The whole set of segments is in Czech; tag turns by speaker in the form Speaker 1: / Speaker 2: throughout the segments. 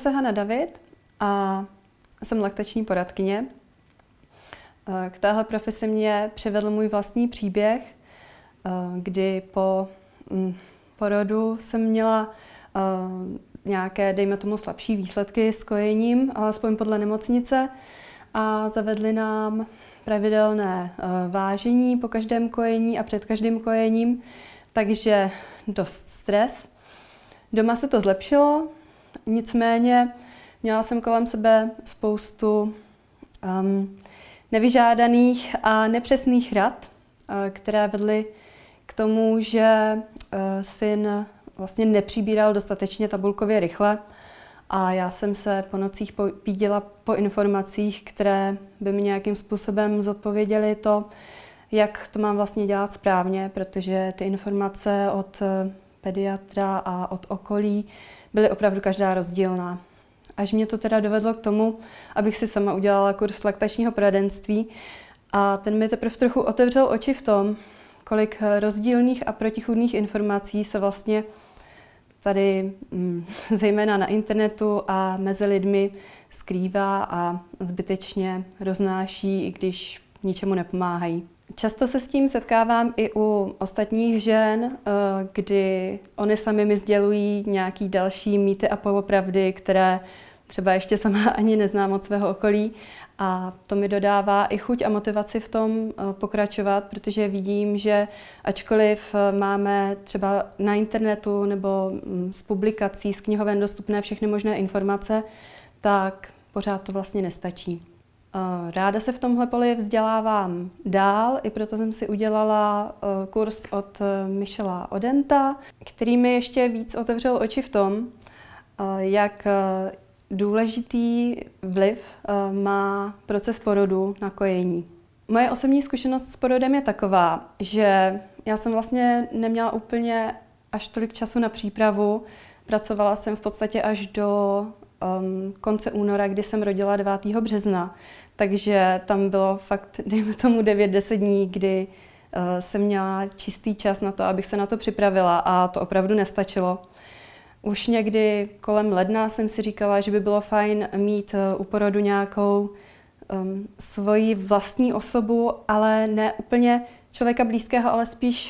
Speaker 1: se Hana David a jsem laktační poradkyně. K téhle profesi mě přivedl můj vlastní příběh, kdy po porodu jsem měla nějaké, dejme tomu, slabší výsledky s kojením, alespoň podle nemocnice, a zavedli nám pravidelné vážení po každém kojení a před každým kojením, takže dost stres. Doma se to zlepšilo, nicméně měla jsem kolem sebe spoustu nevyžádaných a nepřesných rad, které vedly k tomu, že syn vlastně nepřibíral dostatečně tabulkově rychle a já jsem se po nocích pídila po informacích, které by mi nějakým způsobem zodpověděly to, jak to mám vlastně dělat správně, protože ty informace od pediatra a od okolí byly opravdu každá rozdílná. Až mě to teda dovedlo k tomu, abych si sama udělala kurz laktačního poradenství a ten mi teprve trochu otevřel oči v tom, kolik rozdílných a protichůdných informací se vlastně tady zejména na internetu a mezi lidmi skrývá a zbytečně roznáší, i když ničemu nepomáhají. Často se s tím setkávám i u ostatních žen, kdy oni sami mi sdělují nějaký další mýty a polopravdy, které třeba ještě sama ani neznám od svého okolí. A to mi dodává i chuť a motivaci v tom pokračovat, protože vidím, že ačkoliv máme třeba na internetu nebo z publikací, z knihoven dostupné všechny možné informace, tak pořád to vlastně nestačí. Ráda se v tomhle poli vzdělávám dál, i proto jsem si udělala kurz od Michela Odenta, který mi ještě víc otevřel oči v tom, jak důležitý vliv má proces porodu na kojení. Moje osobní zkušenost s porodem je taková, že já jsem vlastně neměla úplně až tolik času na přípravu. Pracovala jsem v podstatě až do konce února, kdy jsem rodila 9. března. Takže tam bylo fakt, dejme tomu 9-10 dní, kdy jsem měla čistý čas na to, abych se na to připravila a to opravdu nestačilo. Už někdy kolem ledna jsem si říkala, že by bylo fajn mít u porodu nějakou svoji vlastní osobu, ale ne úplně člověka blízkého, ale spíš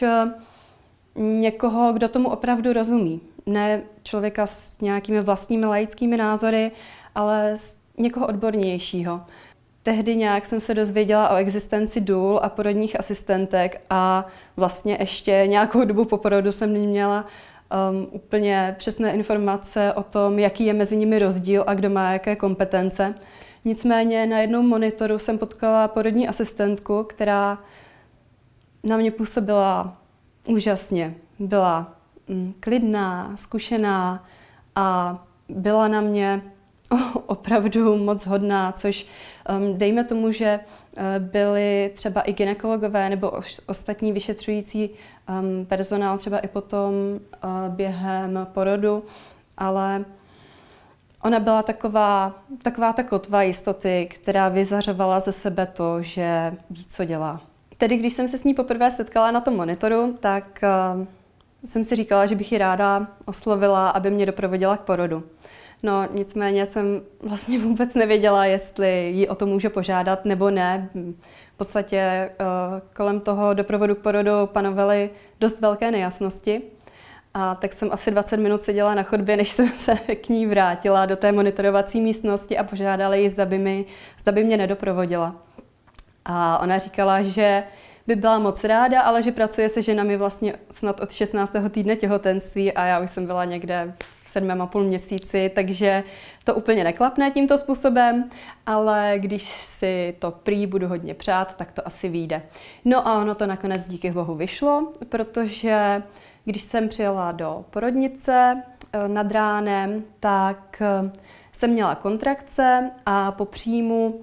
Speaker 1: někoho, kdo tomu opravdu rozumí. Ne člověka s nějakými vlastními laickými názory, ale někoho odbornějšího. Tehdy nějak jsem se dozvěděla o existenci důl a porodních asistentek a vlastně ještě nějakou dobu po porodu jsem neměla úplně přesné informace o tom, jaký je mezi nimi rozdíl a kdo má jaké kompetence. Nicméně na jednom monitoru jsem potkala porodní asistentku, která na mě působila úžasně. Byla klidná, zkušená a byla na mě opravdu moc hodná, což dejme tomu, že byli třeba i gynekologové nebo ostatní vyšetřující personál třeba i potom během porodu, ale ona byla taková ta kotva jistoty, která vyzařovala ze sebe to, že ví, co dělá. Tedy když jsem se s ní poprvé setkala na tom monitoru, tak jsem si říkala, že bych ji ráda oslovila, aby mě doprovodila k porodu. No, nicméně jsem vlastně vůbec nevěděla, jestli ji o to můžu požádat nebo ne. V podstatě kolem toho doprovodu k porodu panovaly dost velké nejasnosti. A tak jsem asi 20 minut seděla na chodbě, než jsem se k ní vrátila do té monitorovací místnosti a požádala ji, zda by mě nedoprovodila. A ona říkala, že by byla moc ráda, ale že pracuje se ženami vlastně snad od 16. týdne těhotenství a já už jsem byla někde v 7,5 měsíci, takže to úplně neklapne tímto způsobem, ale když si to prý budu hodně přát, tak to asi vyjde. No a ono to nakonec díky bohu vyšlo, protože když jsem přijela do porodnice nad ránem, tak jsem měla kontrakce a po příjmu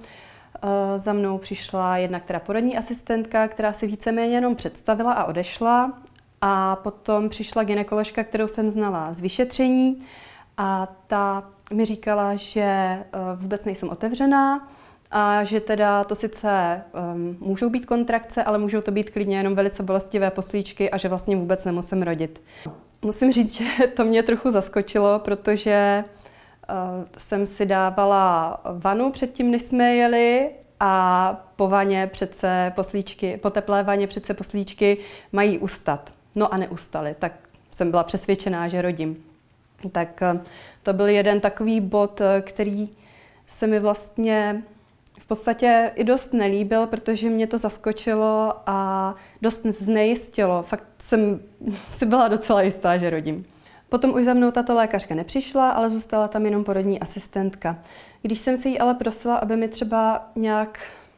Speaker 1: za mnou přišla jednak teda porodní asistentka, která si víceméně jenom představila a odešla. A potom přišla gynekoložka, kterou jsem znala z vyšetření a ta mi říkala, že vůbec nejsem otevřená a že teda to sice můžou být kontrakce, ale můžou to být klidně jenom velice bolestivé poslíčky a že vlastně vůbec nemusím rodit. Musím říct, že to mě trochu zaskočilo, protože jsem si dávala vanu předtím, než jsme jeli, a po vaně přece poslíčky, po teplé vaně přece poslíčky mají ustat. No a neustali, tak jsem byla přesvědčená, že rodím. Tak to byl jeden takový bod, který se mi vlastně v podstatě i dost nelíbil, protože mě to zaskočilo a dost znejistilo. Fakt jsem si byla docela jistá, že rodím. Potom už za mnou tato lékařka nepřišla, ale zůstala tam jenom porodní asistentka. Když jsem si jí ale prosila, aby mi třeba nějak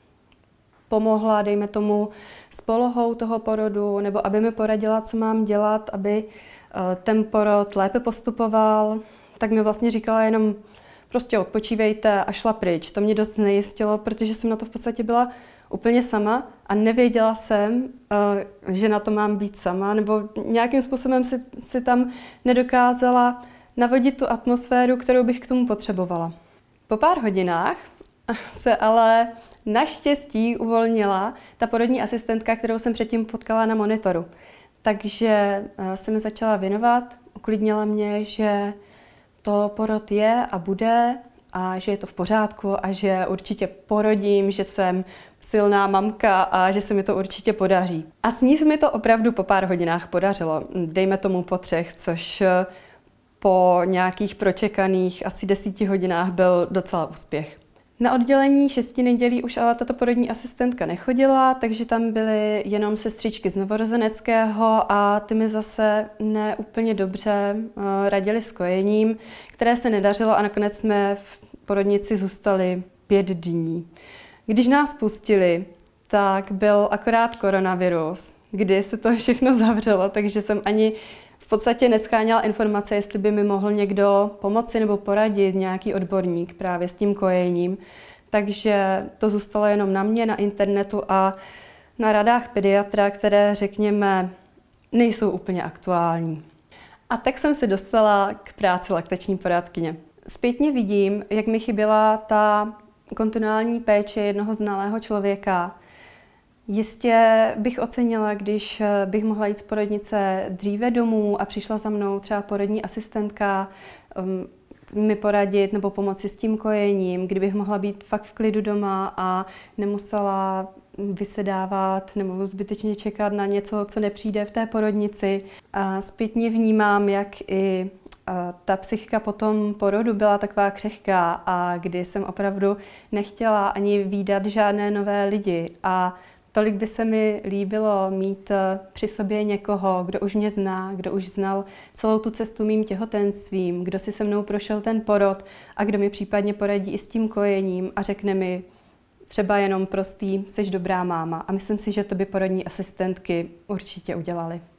Speaker 1: pomohla, dejme tomu, s polohou toho porodu, nebo aby mi poradila, co mám dělat, aby ten porod lépe postupoval, tak mi vlastně říkala jenom prostě odpočívejte a šla pryč. To mě dost znejistilo, protože jsem na to v podstatě byla úplně sama a nevěděla jsem, že na to mám být sama, nebo nějakým způsobem si tam nedokázala navodit tu atmosféru, kterou bych k tomu potřebovala. Po pár hodinách se ale naštěstí uvolnila ta porodní asistentka, kterou jsem předtím potkala na monitoru. Takže se mi začala věnovat, uklidnila mě, že to porod je a bude a že je to v pořádku a že určitě porodím, že jsem silná mamka a že se mi to určitě podaří. A s ní se mi to opravdu po pár hodinách podařilo. Dejme tomu po 3, což po nějakých pročekaných asi 10 hodinách byl docela úspěch. Na oddělení 6 nedělí už ale tato porodní asistentka nechodila, takže tam byly jenom sestřičky z novorozeneckého a ty mi zase ne úplně dobře radily s kojením, které se nedařilo a nakonec jsme v porodnici zůstali 5 dní. Když nás pustili, tak byl akorát koronavirus, kdy se to všechno zavřelo, takže jsem ani v podstatě nescháněla informace, jestli by mi mohl někdo pomoci nebo poradit, nějaký odborník právě s tím kojením. Takže to zůstalo jenom na mě, na internetu a na radách pediatra, které, řekněme, nejsou úplně aktuální. A tak jsem se dostala k práci laktační poradkyně. Zpětně vidím, jak mi chyběla ta kontinuální péče jednoho znalého člověka. Jistě bych ocenila, když bych mohla jít z porodnice dříve domů a přišla za mnou třeba porodní asistentka mi poradit nebo pomoci s tím kojením, kdybych mohla být fakt v klidu doma a nemusela vysedávat nebo zbytečně čekat na něco, co nepřijde v té porodnici. A zpětně vnímám, jak i ta psychika po tom porodu byla taková křehká a kdy jsem opravdu nechtěla ani vídat žádné nové lidi a tolik by se mi líbilo mít při sobě někoho, kdo už mě zná, kdo už znal celou tu cestu mým těhotenstvím, kdo si se mnou prošel ten porod a kdo mi případně poradí i s tím kojením a řekne mi třeba jenom prostý, jsi dobrá máma. A myslím si, že to by porodní asistentky určitě udělaly.